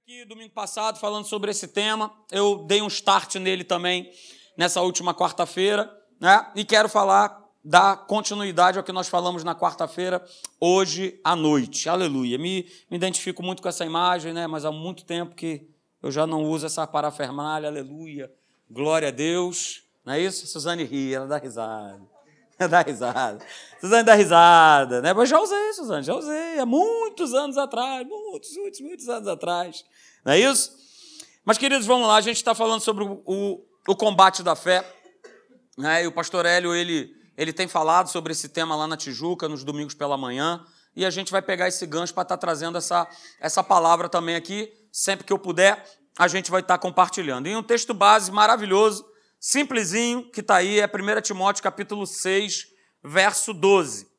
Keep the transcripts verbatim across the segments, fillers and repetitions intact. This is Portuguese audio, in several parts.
aqui domingo passado falando sobre esse tema, eu dei um start nele também nessa última quarta-feira, né? E quero falar, dar continuidade ao que nós falamos na quarta-feira, hoje à noite. Aleluia. Me, me identifico muito com essa imagem, né? Mas há muito tempo que eu já não uso essa parafernália. Aleluia. Glória a Deus. Não é isso? Suzane ri, ela dá risada. Dá risada. Suzane dá risada, né? Mas já usei, Suzane, já usei há muitos anos atrás, muitos, muitos, muitos anos atrás. Não é isso? Mas, queridos, vamos lá, a gente está falando sobre o, o, o combate da fé, né? E o pastor Hélio, ele, ele tem falado sobre esse tema lá na Tijuca, nos domingos pela manhã, e a gente vai pegar esse gancho para estar trazendo essa, essa palavra também aqui, sempre que eu puder, a gente vai estar compartilhando. E um texto base maravilhoso, simplesinho, que está aí, é primeiro Timóteo, capítulo seis, verso doze.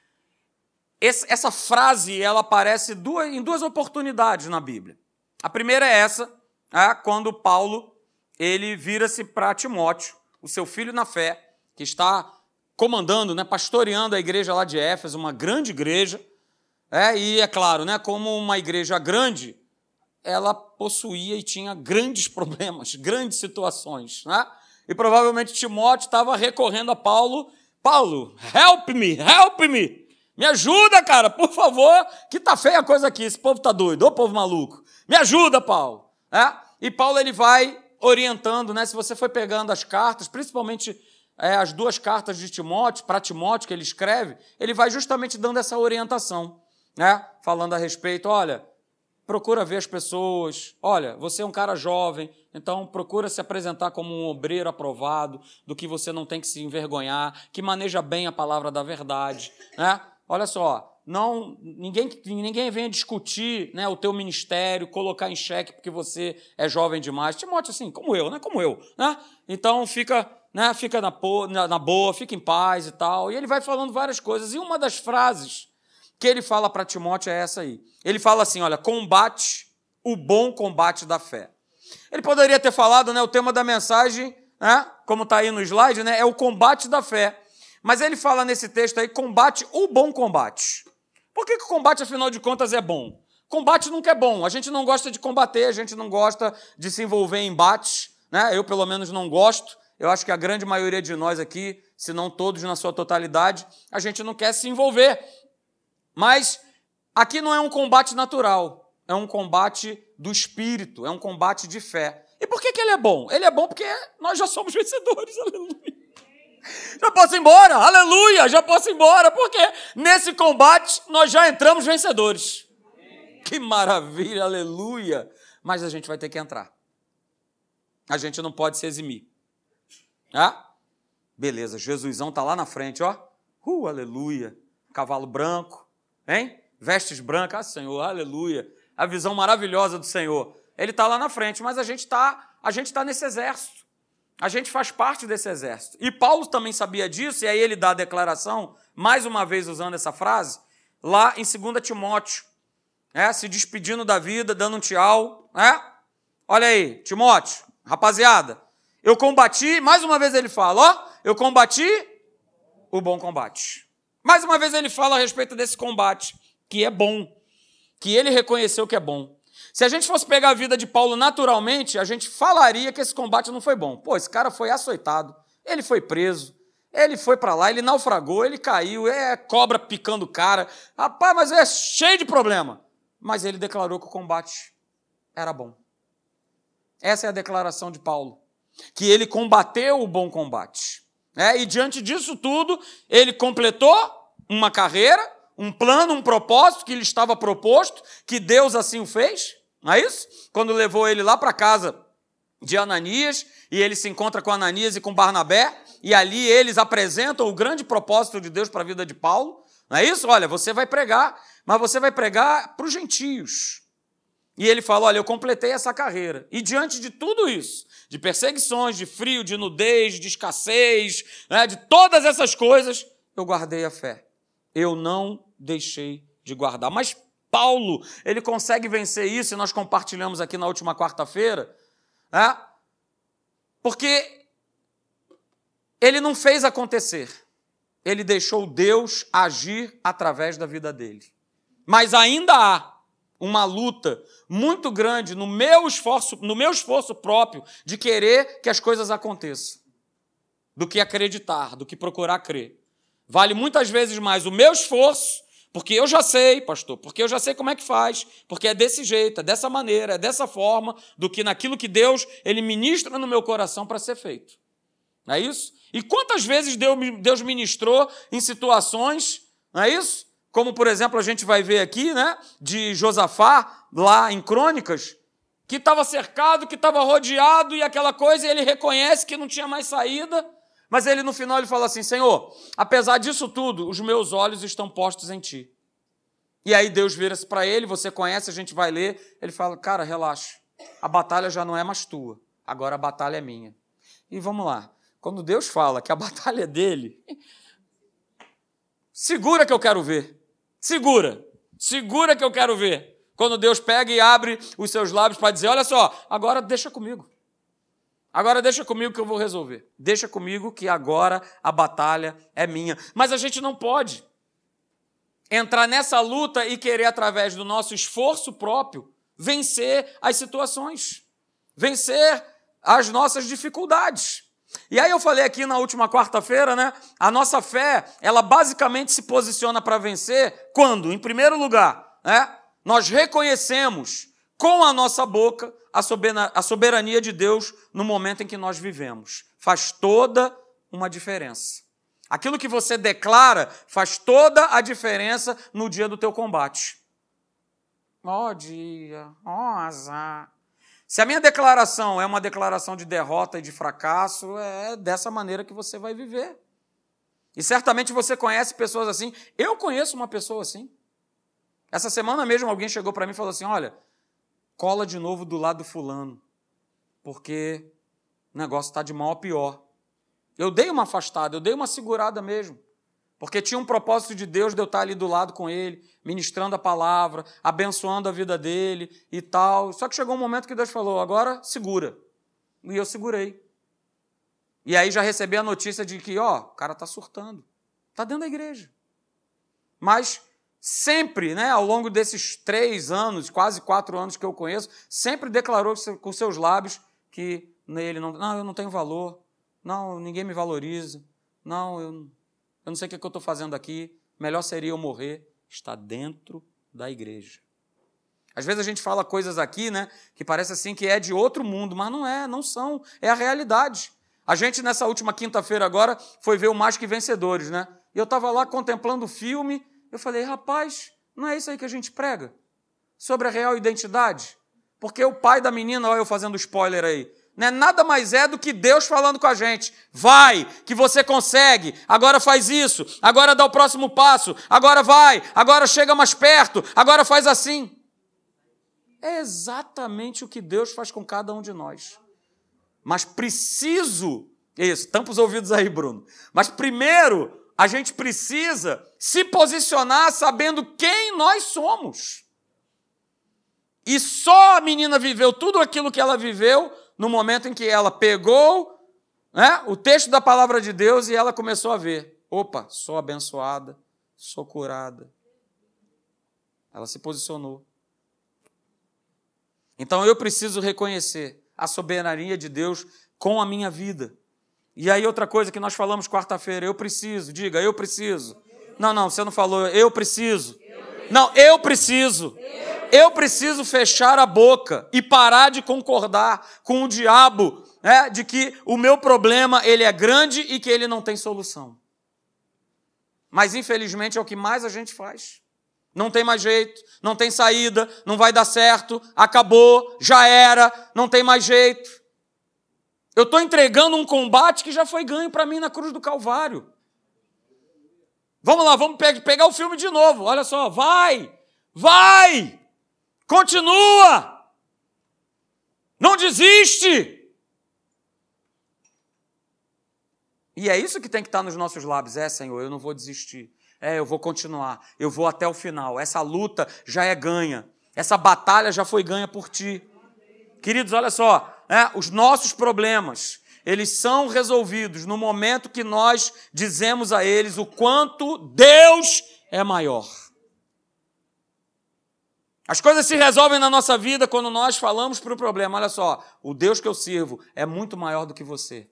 Esse, essa frase, ela aparece duas, em duas oportunidades na Bíblia. A primeira é essa, é, quando Paulo ele vira-se para Timóteo, o seu filho na fé, que está comandando, né, pastoreando a igreja lá de Éfeso, uma grande igreja, é, e é claro, né, como uma igreja grande, ela possuía e tinha grandes problemas, grandes situações, né? E provavelmente Timóteo estava recorrendo a Paulo. Paulo, help me, help me. Me ajuda, cara, por favor, que tá feia a coisa aqui, esse povo tá doido, ô povo maluco. Me ajuda, Paulo. É? E Paulo ele vai orientando, né? Se você foi pegando as cartas, principalmente é, as duas cartas de Timóteo, para Timóteo que ele escreve, ele vai justamente dando essa orientação, né? Falando a respeito, olha, procura ver as pessoas, olha, você é um cara jovem, então procura se apresentar como um obreiro aprovado, do que você não tem que se envergonhar, que maneja bem a palavra da verdade, né? Olha só, não, ninguém, ninguém venha discutir, né, o teu ministério, colocar em xeque porque você é jovem demais. Timóteo, assim, como eu, né? Como eu, né? Então fica, né, fica na, na, na boa, fica em paz e tal. E ele vai falando várias coisas. E uma das frases que ele fala para Timóteo é essa aí. Ele fala assim, olha, combate o bom combate da fé. Ele poderia ter falado, né, o tema da mensagem, né, como está aí no slide, né, é o combate da fé. Mas ele fala nesse texto aí, combate o bom combate. Por que, que o combate, afinal de contas, é bom? Combate nunca é bom. A gente não gosta de combater, a gente não gosta de se envolver em embates, né? Eu, pelo menos, não gosto. Eu acho que a grande maioria de nós aqui, se não todos na sua totalidade, a gente não quer se envolver. Mas aqui não é um combate natural, é um combate do espírito, é um combate de fé. E por que, que ele é bom? Ele é bom porque nós já somos vencedores, aleluia. Já posso ir embora, aleluia, já posso ir embora, porque nesse combate nós já entramos vencedores. Que maravilha, aleluia. Mas a gente vai ter que entrar. A gente não pode se eximir. Ah? Beleza, Jesusão está lá na frente, ó. Uh, aleluia. Cavalo branco. Hein? Vestes brancas, ah, Senhor, aleluia. A visão maravilhosa do Senhor. Ele está lá na frente, mas a gente está a gente tá nesse exército. A gente faz parte desse exército. E Paulo também sabia disso, e aí ele dá a declaração, mais uma vez usando essa frase, lá em dois Timóteo, é, se despedindo da vida, dando um tchau. É? Olha aí, Timóteo, rapaziada, eu combati, mais uma vez ele fala, ó, eu combati o bom combate. Mais uma vez ele fala a respeito desse combate, que é bom, que ele reconheceu que é bom. Se a gente fosse pegar a vida de Paulo naturalmente, a gente falaria que esse combate não foi bom. Pô, esse cara foi açoitado, ele foi preso, ele foi para lá, ele naufragou, ele caiu, é cobra picando o cara. Rapaz, mas é cheio de problema. Mas ele declarou que o combate era bom. Essa é a declaração de Paulo, que ele combateu o bom combate. É, e diante disso tudo, ele completou uma carreira, um plano, um propósito que lhe estava proposto, que Deus assim o fez, não é isso? Quando levou ele lá para a casa de Ananias, e ele se encontra com Ananias e com Barnabé, e ali eles apresentam o grande propósito de Deus para a vida de Paulo, não é isso? Olha, você vai pregar, mas você vai pregar para os gentios. E ele fala, olha, eu completei essa carreira. E diante de tudo isso, de perseguições, de frio, de nudez, de escassez, né, de todas essas coisas, eu guardei a fé. Eu não deixei de guardar. Mas Paulo, ele consegue vencer isso, e nós compartilhamos aqui na última quarta-feira, né, porque ele não fez acontecer. Ele deixou Deus agir através da vida dele. Mas ainda há uma luta muito grande no meu esforço, no meu esforço próprio de querer que as coisas aconteçam, do que acreditar, do que procurar crer. Vale muitas vezes mais o meu esforço, porque eu já sei, pastor, porque eu já sei como é que faz, porque é desse jeito, é dessa maneira, é dessa forma, do que naquilo que Deus ele ministra no meu coração para ser feito. Não é isso? E quantas vezes Deus ministrou em situações, não é isso? Como, por exemplo, a gente vai ver aqui, né, de Josafá, lá em Crônicas, que estava cercado, que estava rodeado e aquela coisa, e ele reconhece que não tinha mais saída, mas ele no final ele fala assim, Senhor, apesar disso tudo, os meus olhos estão postos em Ti. E aí Deus vira-se para ele, você conhece, a gente vai ler, ele fala, cara, relaxa, a batalha já não é mais tua, agora a batalha é minha. E vamos lá, quando Deus fala que a batalha é dele, segura que eu quero ver, segura, segura que eu quero ver. Quando Deus pega e abre os seus lábios para dizer, olha só, agora deixa comigo. Agora deixa comigo que eu vou resolver. Deixa comigo que agora a batalha é minha. Mas a gente não pode entrar nessa luta e querer, através do nosso esforço próprio, vencer as situações, vencer as nossas dificuldades. E aí eu falei aqui na última quarta-feira, né? A nossa fé, ela basicamente se posiciona para vencer quando, em primeiro lugar, né, nós reconhecemos com a nossa boca a soberania de Deus no momento em que nós vivemos. Faz toda uma diferença. Aquilo que você declara faz toda a diferença no dia do teu combate. Ó dia, ó azar. Se a minha declaração é uma declaração de derrota e de fracasso, é dessa maneira que você vai viver. E certamente você conhece pessoas assim. Eu conheço uma pessoa assim. Essa semana mesmo alguém chegou para mim e falou assim, olha, cola de novo do lado do fulano, porque o negócio está de mal a pior. Eu dei uma afastada, eu dei uma segurada mesmo, porque tinha um propósito de Deus de eu estar ali do lado com ele, ministrando a palavra, abençoando a vida dele e tal. Só que chegou um momento que Deus falou, agora segura. E eu segurei. E aí já recebi a notícia de que, ó, o cara está surtando, está dentro da igreja. Mas sempre, né, ao longo desses três anos, quase quatro anos que eu conheço, sempre declarou com seus lábios que nele não, não, eu não tenho valor, não, ninguém me valoriza, não, eu, eu não sei o que eu estou fazendo aqui, melhor seria eu morrer. Está dentro da igreja. Às vezes a gente fala coisas aqui, né, que parece assim que é de outro mundo, mas não é, não são, é a realidade. A gente, nessa última quinta-feira agora, foi ver o Mais Que Vencedores, né? E eu estava lá contemplando o filme, eu falei, rapaz, não é isso aí que a gente prega? Sobre a real identidade? Porque o pai da menina, olha eu fazendo spoiler aí, né, nada mais é do que Deus falando com a gente. Vai, que você consegue, agora faz isso, agora dá o próximo passo, agora vai, agora chega mais perto, agora faz assim. É exatamente o que Deus faz com cada um de nós. Mas preciso, isso, tampa os ouvidos aí, Bruno, mas primeiro a gente precisa se posicionar sabendo quem nós somos. E só a menina viveu tudo aquilo que ela viveu no momento em que ela pegou, né, o texto da palavra de Deus e ela começou a ver. Opa, sou abençoada, sou curada. Ela se posicionou. Então eu preciso reconhecer a soberania de Deus com a minha vida. E aí outra coisa que nós falamos quarta-feira, eu preciso, diga, eu preciso. Não, não, você não falou, eu preciso. Não, eu preciso. Eu preciso fechar a boca e parar de concordar com o diabo, né, de que o meu problema ele é grande e que ele não tem solução. Mas, infelizmente, é o que mais a gente faz. Não tem mais jeito, não tem saída, não vai dar certo, acabou, já era, não tem mais jeito. Eu estou entregando um combate que já foi ganho para mim na cruz do Calvário. Vamos lá, vamos pe- pegar o filme de novo. Olha só, vai, vai, continua, não desiste. E é isso que tem que estar nos nossos lábios. É, Senhor, eu não vou desistir. É, eu vou continuar, eu vou até o final. Essa luta já é ganha, essa batalha já foi ganha por ti. Queridos, olha só, né, os nossos problemas, eles são resolvidos no momento que nós dizemos a eles o quanto Deus é maior. As coisas se resolvem na nossa vida quando nós falamos para o problema. Olha só, o Deus que eu sirvo é muito maior do que você.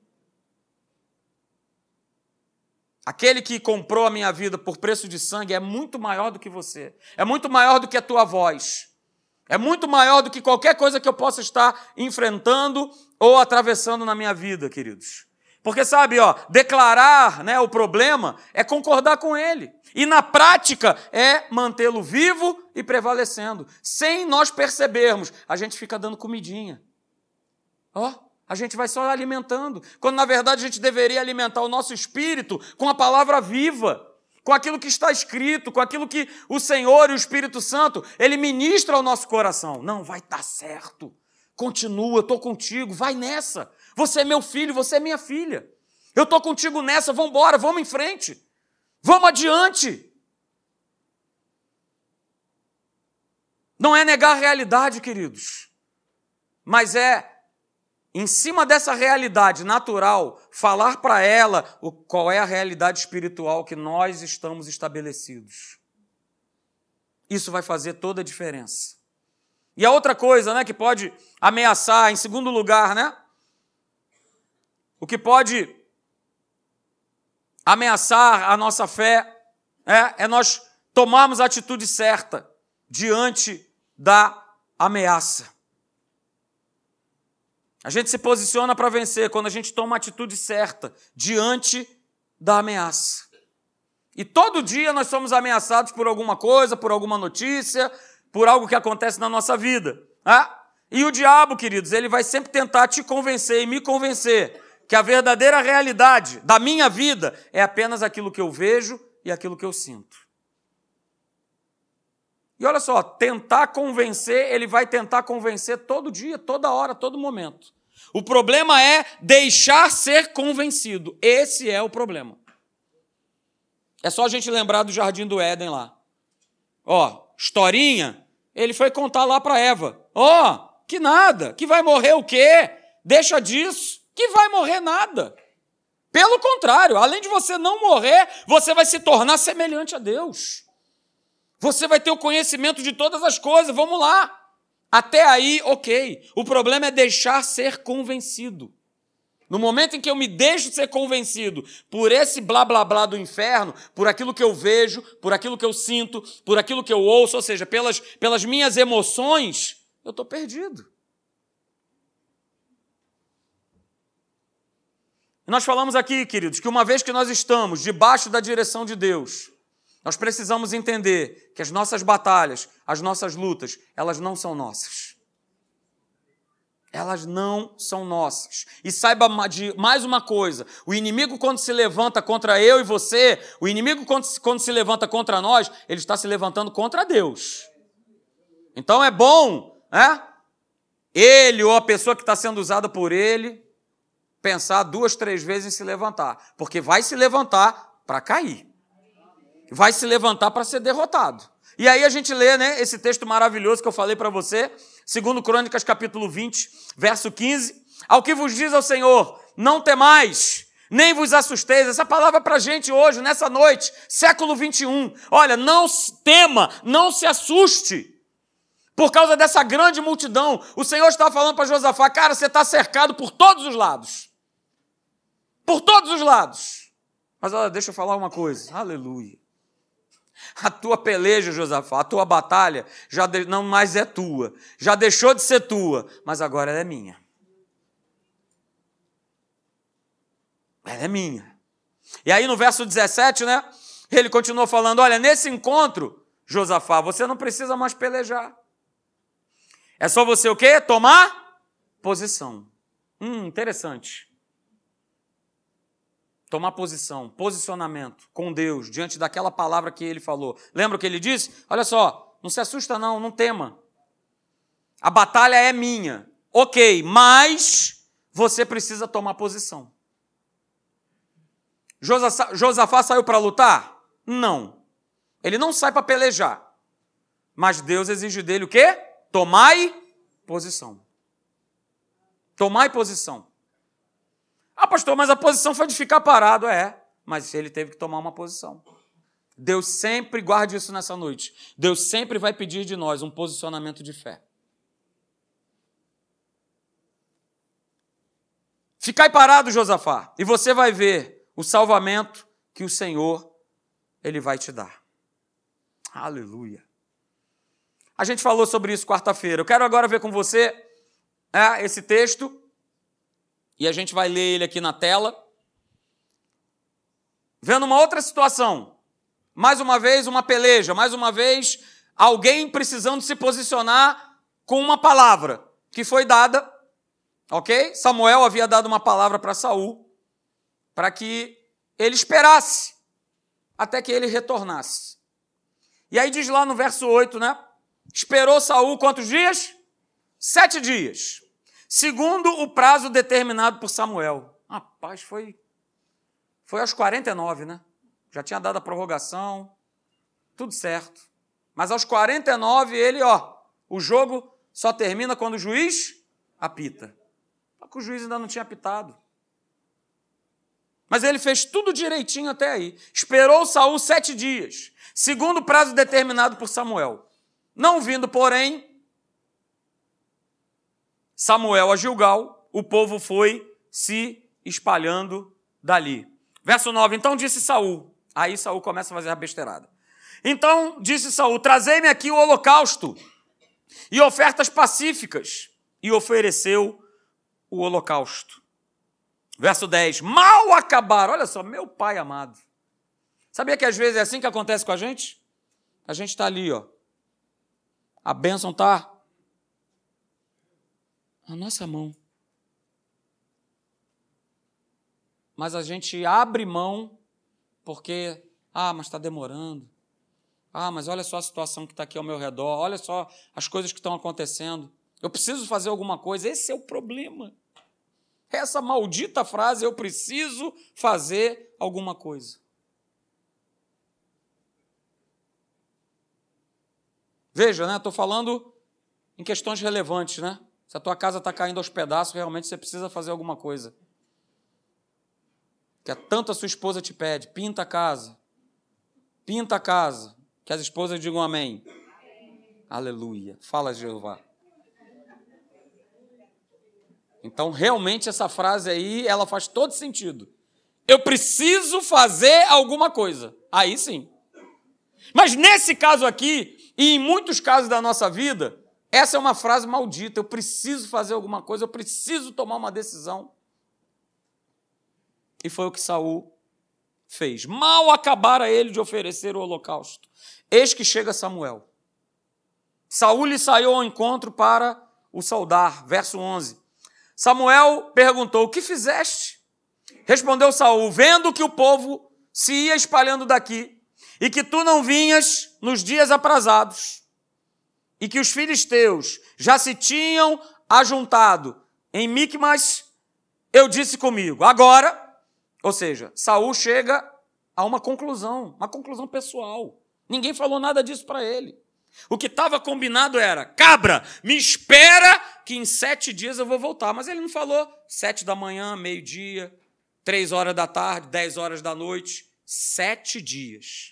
Aquele que comprou a minha vida por preço de sangue é muito maior do que você. É muito maior do que a tua voz. É muito maior do que qualquer coisa que eu possa estar enfrentando ou atravessando na minha vida, queridos. Porque, sabe, ó, declarar, né, o problema é concordar com ele. E, na prática, é mantê-lo vivo e prevalecendo. Sem nós percebermos, a gente fica dando comidinha. Ó, a gente vai só alimentando. Quando, na verdade, a gente deveria alimentar o nosso espírito com a palavra viva, com aquilo que está escrito, com aquilo que o Senhor e o Espírito Santo, ele ministra ao nosso coração. Não, vai estar certo. Continua, eu estou contigo, vai nessa. Você é meu filho, você é minha filha. Eu estou contigo nessa, vamos embora, vamos em frente. Vamos adiante. Não é negar a realidade, queridos, mas é, em cima dessa realidade natural, falar para ela o, qual é a realidade espiritual que nós estamos estabelecidos. Isso vai fazer toda a diferença. E a outra coisa, né, que pode ameaçar, em segundo lugar, né? O que pode ameaçar a nossa fé é, é nós tomarmos a atitude certa diante da ameaça. A gente se posiciona para vencer quando a gente toma a atitude certa diante da ameaça. E todo dia nós somos ameaçados por alguma coisa, por alguma notícia, por algo que acontece na nossa vida. Né? E o diabo, queridos, ele vai sempre tentar te convencer e me convencer que a verdadeira realidade da minha vida é apenas aquilo que eu vejo e aquilo que eu sinto. E olha só, tentar convencer, ele vai tentar convencer todo dia, toda hora, todo momento. O problema é deixar ser convencido. Esse é o problema. É só a gente lembrar do Jardim do Éden lá. Ó, historinha, ele foi contar lá para Eva. Ó, que nada, que vai morrer o quê? Deixa disso, que vai morrer nada. Pelo contrário, além de você não morrer, você vai se tornar semelhante a Deus. Você vai ter o conhecimento de todas as coisas, vamos lá. Até aí, ok. O problema é deixar ser convencido. No momento em que eu me deixo ser convencido por esse blá, blá, blá do inferno, por aquilo que eu vejo, por aquilo que eu sinto, por aquilo que eu ouço, ou seja, pelas, pelas minhas emoções, eu estou perdido. E nós falamos aqui, queridos, que uma vez que nós estamos debaixo da direção de Deus, nós precisamos entender que as nossas batalhas, as nossas lutas, elas não são nossas. Elas não são nossas. E saiba de mais uma coisa, o inimigo quando se levanta contra eu e você, o inimigo quando, quando se levanta contra nós, ele está se levantando contra Deus. Então é bom, né? Ele ou a pessoa que está sendo usada por ele, pensar duas, três vezes em se levantar, porque vai se levantar para cair. Vai se levantar para ser derrotado. E aí a gente lê, né, esse texto maravilhoso que eu falei para você, segundo Crônicas, capítulo vinte, verso quinze. Ao que vos diz ao Senhor, não temais, nem vos assusteis. Essa palavra para a gente hoje, nessa noite, século vinte e um. Olha, não tema, não se assuste. Por causa dessa grande multidão, o Senhor estava falando para Josafá, cara, você está cercado por todos os lados. Por todos os lados. Mas olha, deixa eu falar uma coisa. Aleluia. A tua peleja, Josafá, a tua batalha já de... não mais é tua. Já deixou de ser tua, mas agora ela é minha. Ela é minha. E aí no verso dezessete, né, ele continua falando, olha, nesse encontro, Josafá, você não precisa mais pelejar. É só você o quê? Tomar posição. Hum, interessante. Tomar posição, posicionamento com Deus, diante daquela palavra que ele falou. Lembra o que ele disse? Olha só, não se assusta não, não tema. A batalha é minha. Ok, mas você precisa tomar posição. Josafá, Josafá saiu para lutar? Não. Ele não sai para pelejar. Mas Deus exige dele o quê? Tomai posição. Tomai posição. Ah, pastor, mas a posição foi de ficar parado. É, mas ele teve que tomar uma posição. Deus sempre, guarde isso nessa noite, Deus sempre vai pedir de nós um posicionamento de fé. Ficai parado, Josafá, e você vai ver o salvamento que o Senhor, Ele vai te dar. Aleluia. A gente falou sobre isso quarta-feira. Eu quero agora ver com você é, esse texto, e a gente vai ler ele aqui na tela, vendo uma outra situação. Mais uma vez, uma peleja, mais uma vez, alguém precisando se posicionar com uma palavra que foi dada, ok? Samuel havia dado uma palavra para Saul, para que ele esperasse até que ele retornasse. E aí diz lá no verso oito, né? Esperou Saul quantos dias? Sete dias. Segundo o prazo determinado por Samuel. Rapaz, foi, foi aos quarenta e nove, né? Já tinha dado a prorrogação, tudo certo. Mas aos quarenta e nove, ele, ó, o jogo só termina quando o juiz apita. Só que o juiz ainda não tinha apitado. Mas ele fez tudo direitinho até aí. Esperou Saul sete dias, segundo o prazo determinado por Samuel. Não vindo, porém, Samuel a Gilgal, o povo foi se espalhando dali. Verso nove, então disse Saul, aí Saul começa a fazer a besteirada. Então disse Saul, trazei-me aqui o holocausto e ofertas pacíficas, e ofereceu o holocausto. Verso dez, mal acabaram, olha só, meu pai amado. Sabia que às vezes é assim que acontece com a gente? A gente está ali, ó. A bênção está na nossa mão. Mas a gente abre mão porque, ah, mas está demorando. Ah, mas olha só a situação que está aqui ao meu redor. Olha só as coisas que estão acontecendo. Eu preciso fazer alguma coisa. Esse é o problema. Essa maldita frase, eu preciso fazer alguma coisa. Veja, né? Estou falando em questões relevantes, né? Se a tua casa está caindo aos pedaços, realmente você precisa fazer alguma coisa. Que tanto a sua esposa te pede, pinta a casa. Pinta a casa. Que as esposas digam amém. Amém. Aleluia. Fala, Jeová. Então, realmente, essa frase aí, ela faz todo sentido. Eu preciso fazer alguma coisa. Aí sim. Mas nesse caso aqui, e em muitos casos da nossa vida, essa é uma frase maldita. Eu preciso fazer alguma coisa, eu preciso tomar uma decisão. E foi o que Saul fez. Mal acabara ele de oferecer o holocausto. Eis que chega Samuel. Saul lhe saiu ao encontro para o saudar. Verso onze. Samuel perguntou, o que fizeste? Respondeu Saul, vendo que o povo se ia espalhando daqui, e que tu não vinhas nos dias aprazados, e que os filisteus já se tinham ajuntado em Micmas, eu disse comigo, agora, ou seja, Saul chega a uma conclusão, uma conclusão pessoal. Ninguém falou nada disso para ele. O que estava combinado era, cabra, me espera que em sete dias eu vou voltar. Mas ele não falou sete da manhã, meio-dia, três horas da tarde, dez horas da noite. Sete dias.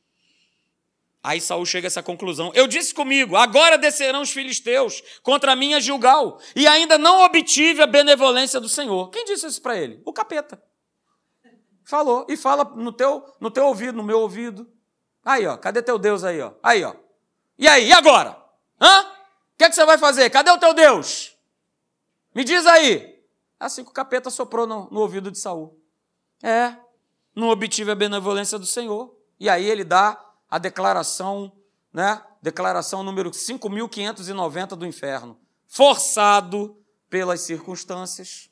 Aí Saul chega a essa conclusão. Eu disse comigo, agora descerão os filisteus contra mim a Gilgal, e ainda não obtive a benevolência do Senhor. Quem disse isso para ele? O capeta. Falou. E fala no teu, no teu ouvido, no meu ouvido. Aí, ó, cadê teu Deus aí, ó? Aí, ó. E aí, e agora? Hã? O que é que você vai fazer? Cadê o teu Deus? Me diz aí. Assim que o capeta soprou no, no ouvido de Saul. É, não obtive a benevolência do Senhor. E aí ele dá a declaração, né? Declaração número cinco mil quinhentos e noventa do inferno. Forçado pelas circunstâncias,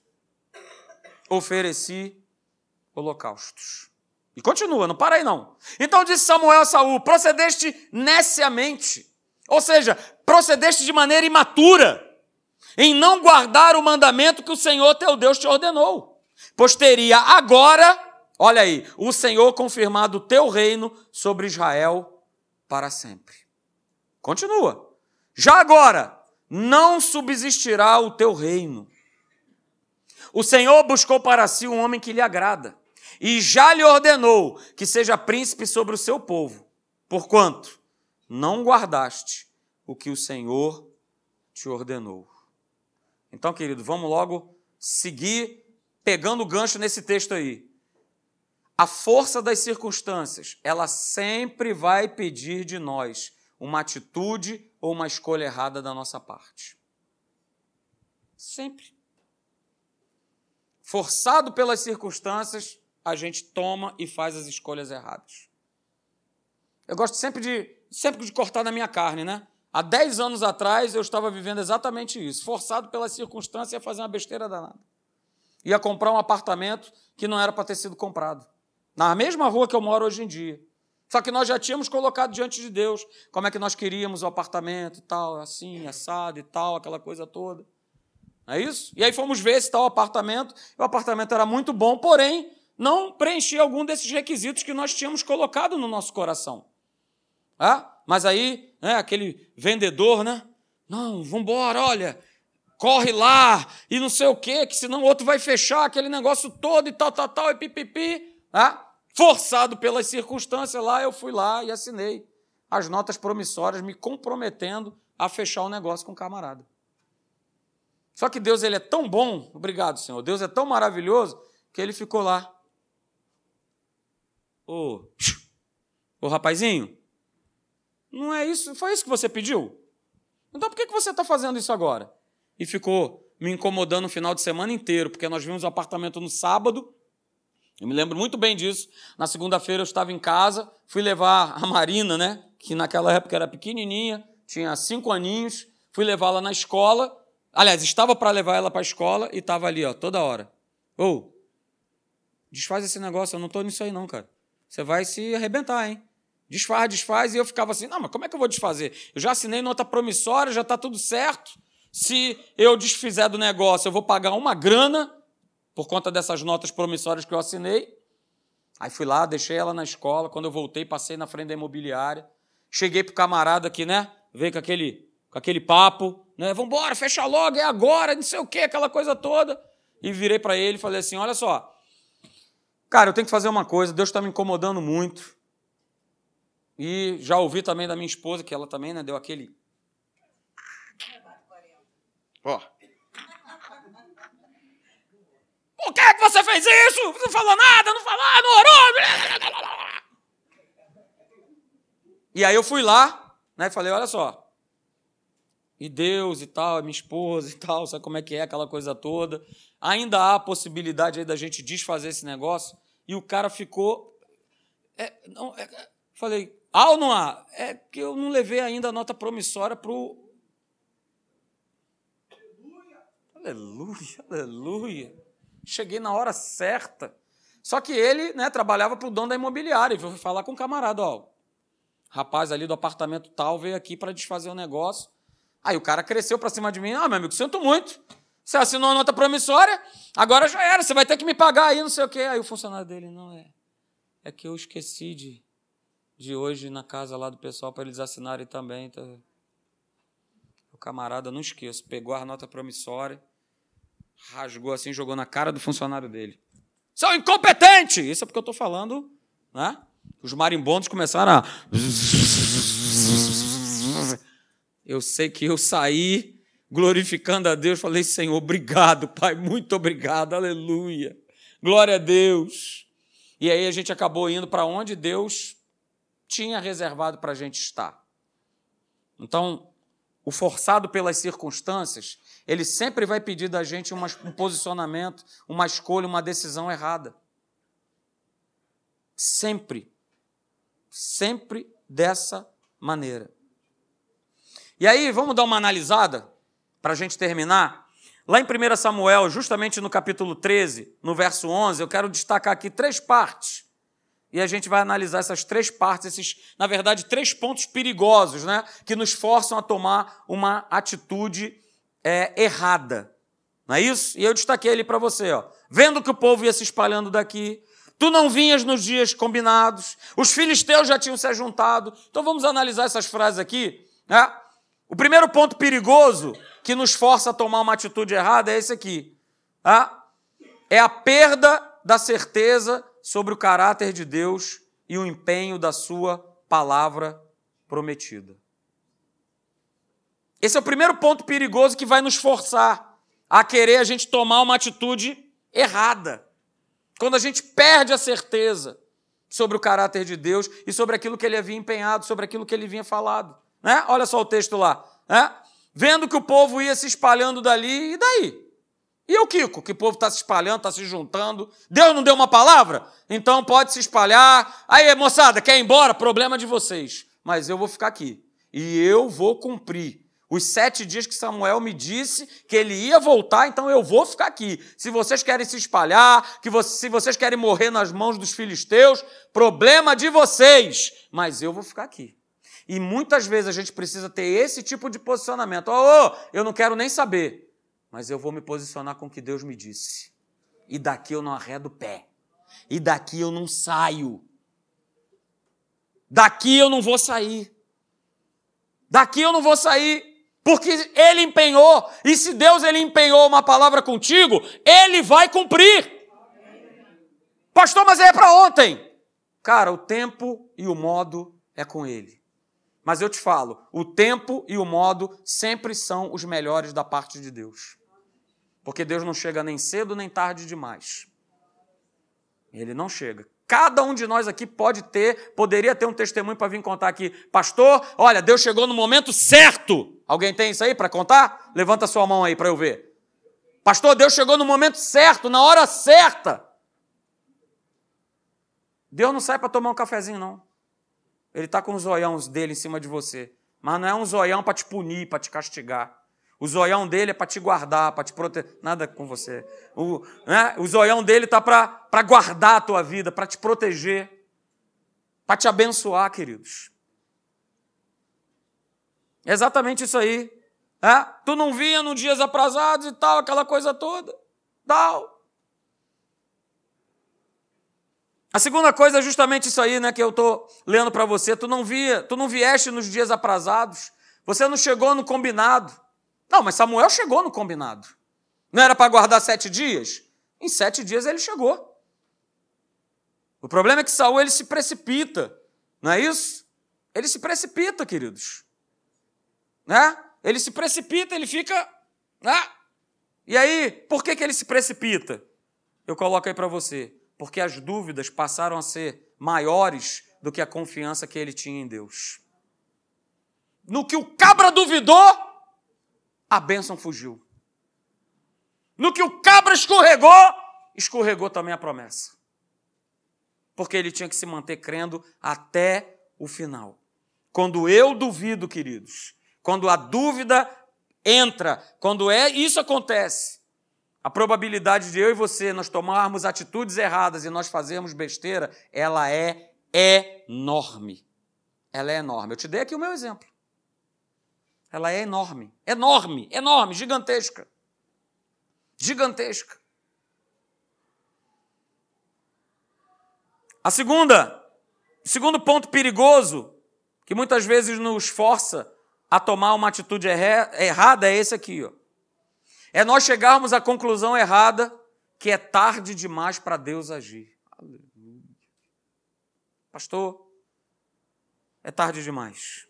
ofereci holocaustos. E continua, não para aí não. Então disse Samuel a Saul, procedeste neciamente, ou seja, procedeste de maneira imatura, em não guardar o mandamento que o Senhor teu Deus te ordenou. Pois teria agora, olha aí, o Senhor confirmado o teu reino sobre Israel para sempre. Continua. Já agora, não subsistirá o teu reino. O Senhor buscou para si um homem que lhe agrada, e já lhe ordenou que seja príncipe sobre o seu povo, porquanto não guardaste o que o Senhor te ordenou. Então, querido, vamos logo seguir pegando o gancho nesse texto aí. A força das circunstâncias, ela sempre vai pedir de nós uma atitude ou uma escolha errada da nossa parte. Sempre. Forçado pelas circunstâncias, a gente toma e faz as escolhas erradas. Eu gosto sempre de, sempre de cortar na minha carne, né? Há dez anos atrás, eu estava vivendo exatamente isso. Forçado pelas circunstâncias, ia fazer uma besteira danada. Ia comprar um apartamento que não era para ter sido comprado. Na mesma rua que eu moro hoje em dia. Só que nós já tínhamos colocado diante de Deus como é que nós queríamos o apartamento e tal, assim, assado e tal, aquela coisa toda. Não é isso? E aí fomos ver esse tal apartamento. O apartamento era muito bom, porém, não preenchia algum desses requisitos que nós tínhamos colocado no nosso coração. Ah, mas aí, né, aquele vendedor, né? Não, vamos embora, olha, corre lá e não sei o quê, que senão o outro vai fechar aquele negócio todo e tal, tal, tal, e pipipi. Ah, forçado pelas circunstâncias lá, eu fui lá e assinei as notas promissórias, me comprometendo a fechar o negócio com o camarada. Só que Deus, ele é tão bom, obrigado, Senhor, Deus é tão maravilhoso, que ele ficou lá. Ô, ô rapazinho, não é isso, foi isso que você pediu? Então por que você está fazendo isso agora? E ficou me incomodando o final de semana inteiro, porque nós vimos o apartamento no sábado, eu me lembro muito bem disso. Na segunda-feira eu estava em casa, fui levar a Marina, né, que naquela época era pequenininha, tinha cinco aninhos, fui levá-la na escola, aliás, estava para levar ela para a escola e estava ali, ó, toda hora. Ô, desfaz esse negócio, eu não estou nisso aí não, cara. Você vai se arrebentar, hein? Desfaz, desfaz, e eu ficava assim, não, mas como é que eu vou desfazer? Eu já assinei nota promissória, já está tudo certo. Se eu desfizer do negócio, eu vou pagar uma grana por conta dessas notas promissórias que eu assinei. Aí fui lá, deixei ela na escola, quando eu voltei, passei na frente da imobiliária, cheguei pro camarada aqui, né, veio com aquele, com aquele papo, né, vambora, fecha logo, é agora, não sei o quê, aquela coisa toda, e virei para ele e falei assim, olha só, cara, eu tenho que fazer uma coisa, Deus está me incomodando muito, e já ouvi também da minha esposa, que ela também, né, deu aquele... Ó. Por que que você fez isso? Você não falou nada, não falou, não orou. E aí eu fui lá, né, e falei, olha só, e Deus e tal, minha esposa e tal, sabe como é que é, aquela coisa toda. Ainda há a possibilidade aí da gente desfazer esse negócio. E o cara ficou... É, não, é, falei, há ou não há? É que eu não levei ainda a nota promissória para o... Aleluia, aleluia. Cheguei na hora certa. Só que ele, né, trabalhava para o dono da imobiliária. E fui falar com o camarada, ó, rapaz ali do apartamento tal veio aqui para desfazer o negócio. Aí o cara cresceu para cima de mim. Ah, meu amigo, sinto muito. Você assinou a nota promissória, agora já era, você vai ter que me pagar aí, não sei o quê. Aí o funcionário dele, não é. É que eu esqueci de, de hoje ir na casa lá do pessoal para eles assinarem também. Então... O camarada, não esqueço, pegou a nota promissória, rasgou assim, jogou na cara do funcionário dele. Seu incompetente! Isso é porque eu estou falando, né? Os marimbondos começaram a... Eu sei que eu saí glorificando a Deus, falei, Senhor, obrigado, Pai, muito obrigado, aleluia, glória a Deus. E aí a gente acabou indo para onde Deus tinha reservado para a gente estar. Então, o forçado pelas circunstâncias, ele sempre vai pedir da gente uma, um posicionamento, uma escolha, uma decisão errada. Sempre. Sempre dessa maneira. E aí, vamos dar uma analisada, para a gente terminar. Lá em primeiro Samuel, justamente no capítulo treze, no verso onze, eu quero destacar aqui três partes. E a gente vai analisar essas três partes, esses, na verdade, três pontos perigosos, né, que nos forçam a tomar uma atitude é, errada. Não é isso? E eu destaquei ali para você, ó. Vendo que o povo ia se espalhando daqui, tu não vinhas nos dias combinados, os filisteus já tinham se ajuntado. Então vamos analisar essas frases aqui, né? O primeiro ponto perigoso que nos força a tomar uma atitude errada é esse aqui. Tá? É a perda da certeza sobre o caráter de Deus e o empenho da sua palavra prometida. Esse é o primeiro ponto perigoso que vai nos forçar a querer a gente tomar uma atitude errada. Quando a gente perde a certeza sobre o caráter de Deus e sobre aquilo que ele havia empenhado, sobre aquilo que ele vinha falado. Né? Olha só o texto lá. Né? Vendo que o povo ia se espalhando dali, e daí? E o Kiko? Que o povo está se espalhando, está se juntando. Deus não deu uma palavra? Então pode se espalhar. Aí, moçada, quer ir embora? Problema de vocês. Mas eu vou ficar aqui. E eu vou cumprir os sete dias que Samuel me disse que ele ia voltar, então eu vou ficar aqui. Se vocês querem se espalhar, que você, se vocês querem morrer nas mãos dos filisteus, problema de vocês. Mas eu vou ficar aqui. E muitas vezes a gente precisa ter esse tipo de posicionamento. Oh, oh, eu não quero nem saber, mas eu vou me posicionar com o que Deus me disse. E daqui eu não arredo o pé. E daqui eu não saio. Daqui eu não vou sair. Daqui eu não vou sair. Porque ele empenhou, e se Deus ele empenhou uma palavra contigo, ele vai cumprir. Pastor, mas é para ontem. Cara, o tempo e o modo é com ele. Mas eu te falo, o tempo e o modo sempre são os melhores da parte de Deus. Porque Deus não chega nem cedo nem tarde demais. Ele não chega. Cada um de nós aqui pode ter, poderia ter um testemunho para vir contar aqui. Pastor, olha, Deus chegou no momento certo. Alguém tem isso aí para contar? Levanta sua mão aí para eu ver. Pastor, Deus chegou no momento certo, na hora certa. Deus não sai para tomar um cafezinho, não. Ele está com os zoiões dele em cima de você. Mas não é um zoião para te punir, para te castigar. O zoião dele é para te guardar, para te proteger. Nada com você. O, né? o zoião dele está para guardar a tua vida, para te proteger, para te abençoar, queridos. É exatamente isso aí. É? Tu não vinha nos dias aprazados e tal, aquela coisa toda. Tal. A segunda coisa é justamente isso aí, né, que eu estou lendo para você. Tu não via, tu não vieste nos dias aprazados. Você não chegou no combinado. Não, mas Samuel chegou no combinado. Não era para guardar sete dias? Em sete dias ele chegou. O problema é que Saul ele se precipita. Não é isso? Ele se precipita, queridos. Né? Ele se precipita, ele fica... Né? E aí, por que, que ele se precipita? Eu coloco aí para você. Porque as dúvidas passaram a ser maiores do que a confiança que ele tinha em Deus. No que o cabra duvidou, a bênção fugiu. No que o cabra escorregou, escorregou também a promessa. Porque ele tinha que se manter crendo até o final. Quando eu duvido, queridos, quando a dúvida entra, quando é, isso acontece, a probabilidade de eu e você nós tomarmos atitudes erradas e nós fazermos besteira, ela é enorme. Ela é enorme. Eu te dei aqui o meu exemplo. Ela é enorme, enorme, enorme, gigantesca. Gigantesca. A segunda, o segundo ponto perigoso, que muitas vezes nos força a tomar uma atitude errada, é esse aqui, ó. É nós chegarmos à conclusão errada que é tarde demais para Deus agir. Aleluia. Pastor, é tarde demais.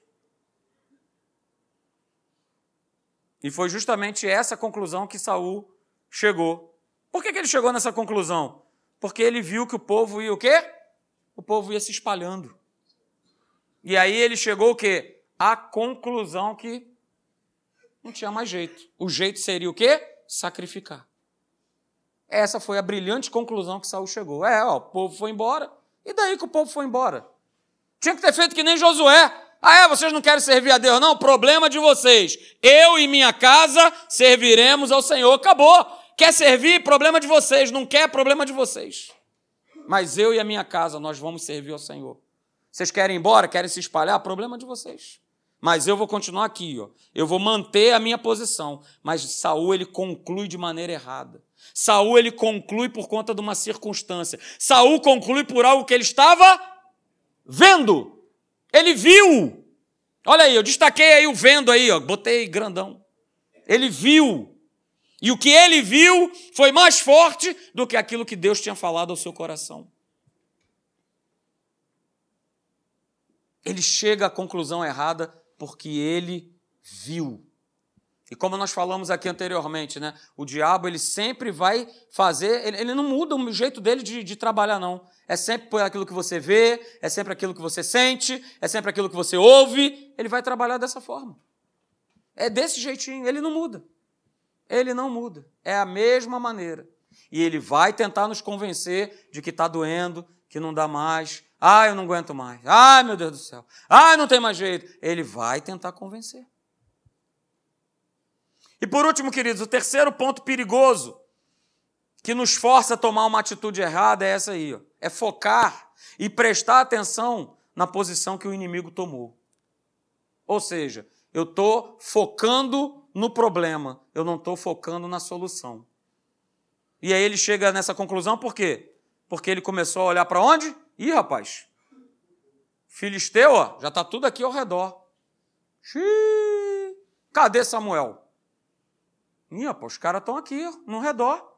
E foi justamente essa conclusão que Saul chegou. Por que, que ele chegou nessa conclusão? Porque ele viu que o povo ia o quê? O povo ia se espalhando. E aí ele chegou o quê? À conclusão que não tinha mais jeito. O jeito seria o quê? Sacrificar. Essa foi a brilhante conclusão que Saul chegou. É, ó, o povo foi embora. E daí que o povo foi embora? Tinha que ter feito que nem Josué. Ah, é? Vocês não querem servir a Deus? Não, problema de vocês. Eu e minha casa serviremos ao Senhor. Acabou. Quer servir? Problema de vocês. Não quer? Problema de vocês. Mas eu e a minha casa, nós vamos servir ao Senhor. Vocês querem ir embora? Querem se espalhar? Problema de vocês. Mas eu vou continuar aqui, ó. Eu vou manter a minha posição. Mas Saul, ele conclui de maneira errada. Saul, ele conclui por conta de uma circunstância. Saul conclui por algo que ele estava vendo. Ele viu. Olha aí, eu destaquei aí o vendo aí, ó. Botei grandão. Ele viu. E o que ele viu foi mais forte do que aquilo que Deus tinha falado ao seu coração. ele chega à conclusão errada porque ele viu. E como nós falamos aqui anteriormente, né? O diabo, ele sempre vai fazer, ele, ele não muda o jeito dele de, de trabalhar, não. É sempre por aquilo que você vê, é sempre aquilo que você sente, é sempre aquilo que você ouve, ele vai trabalhar dessa forma. É desse jeitinho, ele não muda. Ele não muda. É a mesma maneira. E ele vai tentar nos convencer de que está doendo, que não dá mais. Ah, eu não aguento mais. Ai, meu Deus do céu. Ah, não tem mais jeito. Ele vai tentar convencer. E por último, queridos, o terceiro ponto perigoso que nos força a tomar uma atitude errada é essa aí, ó. É focar e prestar atenção na posição que o inimigo tomou. Ou seja, eu estou focando no problema, eu não estou focando na solução. E aí ele chega nessa conclusão por quê? Porque ele começou a olhar para onde? Ih, rapaz, Filisteu, ó, já está tudo aqui ao redor. Xiii, cadê Samuel? Ih, rapaz, os caras estão aqui, no redor.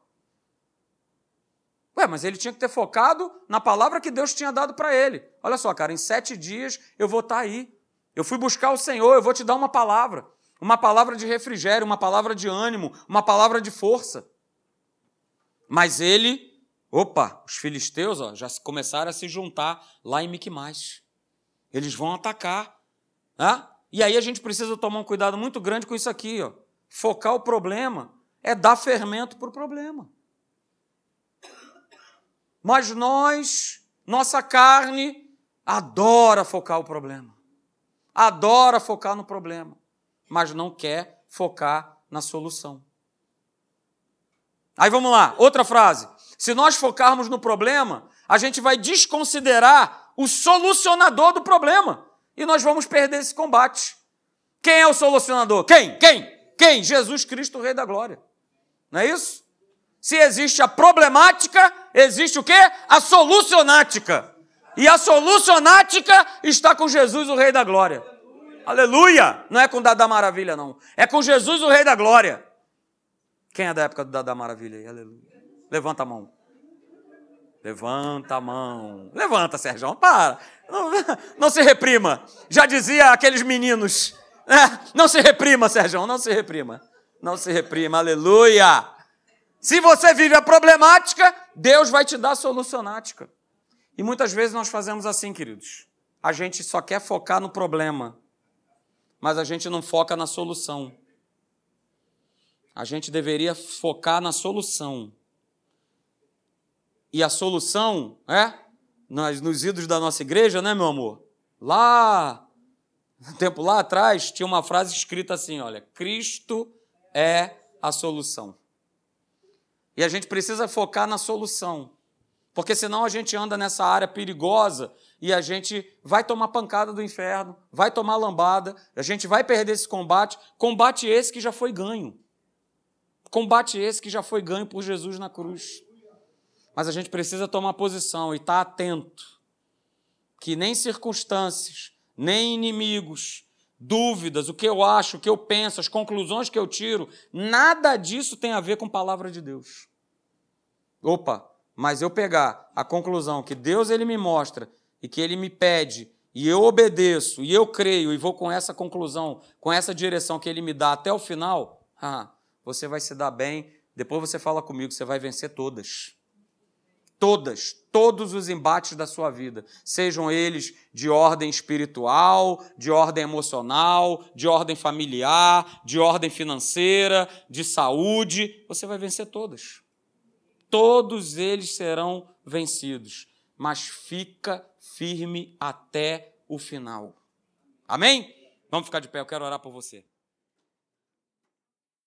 Ué, mas ele tinha que ter focado na palavra que Deus tinha dado para ele. Olha só, cara, em sete dias eu vou estar aí. Eu fui buscar o Senhor, eu vou te dar uma palavra. Uma palavra de refrigério, uma palavra de ânimo, uma palavra de força. Mas ele, opa, os filisteus ó, já começaram a se juntar lá em Miquimais. Eles vão atacar. Né? E aí a gente precisa tomar um cuidado muito grande com isso aqui, ó. Focar o problema é dar fermento para o problema. Mas nós, nossa carne, adora focar o problema. Adora focar no problema, mas não quer focar na solução. Aí vamos lá, outra frase. Se nós focarmos no problema, a gente vai desconsiderar o solucionador do problema e nós vamos perder esse combate. Quem é o solucionador? Quem? Quem? Quem? Jesus Cristo, o Rei da Glória. Não é isso? Se existe a problemática, existe o quê? A solucionática. E a solucionática está com Jesus, o Rei da Glória. Aleluia! Não é com o Dada Maravilha, não. É com Jesus, o Rei da Glória. Quem é da época do Dada Maravilha aí? Aleluia. Levanta a mão. Levanta a mão. Levanta, Sérgio. Para. Não, não se reprima. Já dizia aqueles meninos. É, não se reprima, Sérgio. Não se reprima. Não se reprima. Aleluia! Se você vive a problemática, Deus vai te dar a solucionática. E muitas vezes nós fazemos assim, queridos. A gente só quer focar no problema, mas a gente não foca na solução. A gente deveria focar na solução. E a solução, é? Nós, nos idos da nossa igreja, né, meu amor? Lá, no tempo lá atrás, tinha uma frase escrita assim, olha, Cristo é a solução. E a gente precisa focar na solução, porque senão a gente anda nessa área perigosa e a gente vai tomar pancada do inferno, vai tomar lambada, a gente vai perder esse combate, combate esse que já foi ganho. Combate esse que já foi ganho por Jesus na cruz. Mas a gente precisa tomar posição e estar atento, que nem circunstâncias, nem inimigos, dúvidas, o que eu acho, o que eu penso, as conclusões que eu tiro, nada disso tem a ver com a palavra de Deus. Opa, mas eu pegar a conclusão que Deus ele me mostra e que ele me pede, e eu obedeço, e eu creio, e vou com essa conclusão, com essa direção que ele me dá até o final, ah, você vai se dar bem, depois você fala comigo, você vai vencer todas. Todas, todos os embates da sua vida, sejam eles de ordem espiritual, de ordem emocional, de ordem familiar, de ordem financeira, de saúde, você vai vencer todas. Todos eles serão vencidos, mas fica firme até o final. Amém? Vamos ficar de pé, eu quero orar por você.